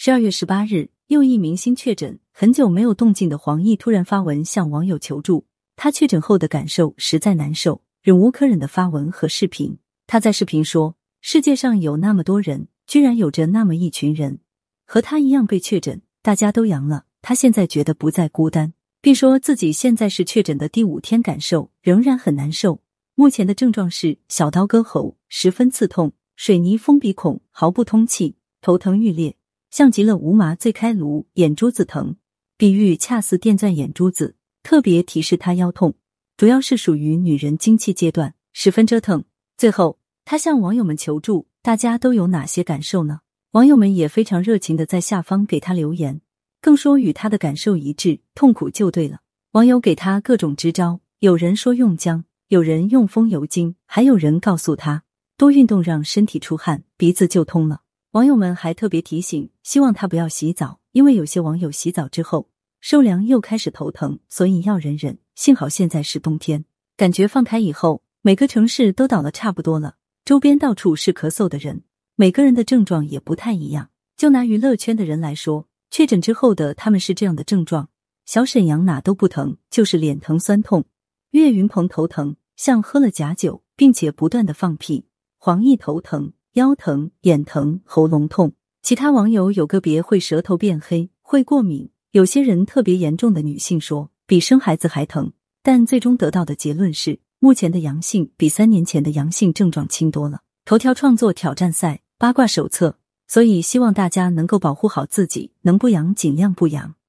12月18日，又一明星确诊，很久没有动静的黄奕突然发文向网友求助，他确诊后的感受实在难受，忍无可忍的发文和视频。他在视频说，世界上有那么多人，居然有着那么一群人和他一样被确诊，大家都阳了，他现在觉得不再孤单，并说自己现在是确诊的第5天，感受仍然很难受。目前的症状是小刀割喉，十分刺痛，水泥封鼻孔，毫不通气，头疼欲裂，像极了无麻醉开颅，眼珠子疼，比喻恰似电钻眼珠子。特别提示他腰痛，主要是属于女人经期阶段，十分折腾。最后他向网友们求助，大家都有哪些感受呢？网友们也非常热情的在下方给他留言，更说与他的感受一致，痛苦就对了。网友给他各种支招，有人说用姜，有人用风油精，还有人告诉他多运动让身体出汗，鼻子就通了。网友们还特别提醒，希望他不要洗澡，因为有些网友洗澡之后受凉又开始头疼，所以要忍忍。幸好现在是冬天，感觉放开以后，每个城市都倒了差不多了，周边到处是咳嗽的人，每个人的症状也不太一样。就拿娱乐圈的人来说，确诊之后的他们是这样的症状：小沈阳哪都不疼，就是脸疼酸痛；岳云鹏头疼，像喝了假酒，并且不断的放屁；黄奕头疼、腰疼、眼疼、喉咙痛。其他网友有个别会舌头变黑，会过敏，有些人特别严重的女性说比生孩子还疼，但最终得到的结论是目前的阳性比3年前的阳性症状轻多了。头条创作挑战赛八卦手册，所以希望大家能够保护好自己，能不阳尽量不阳。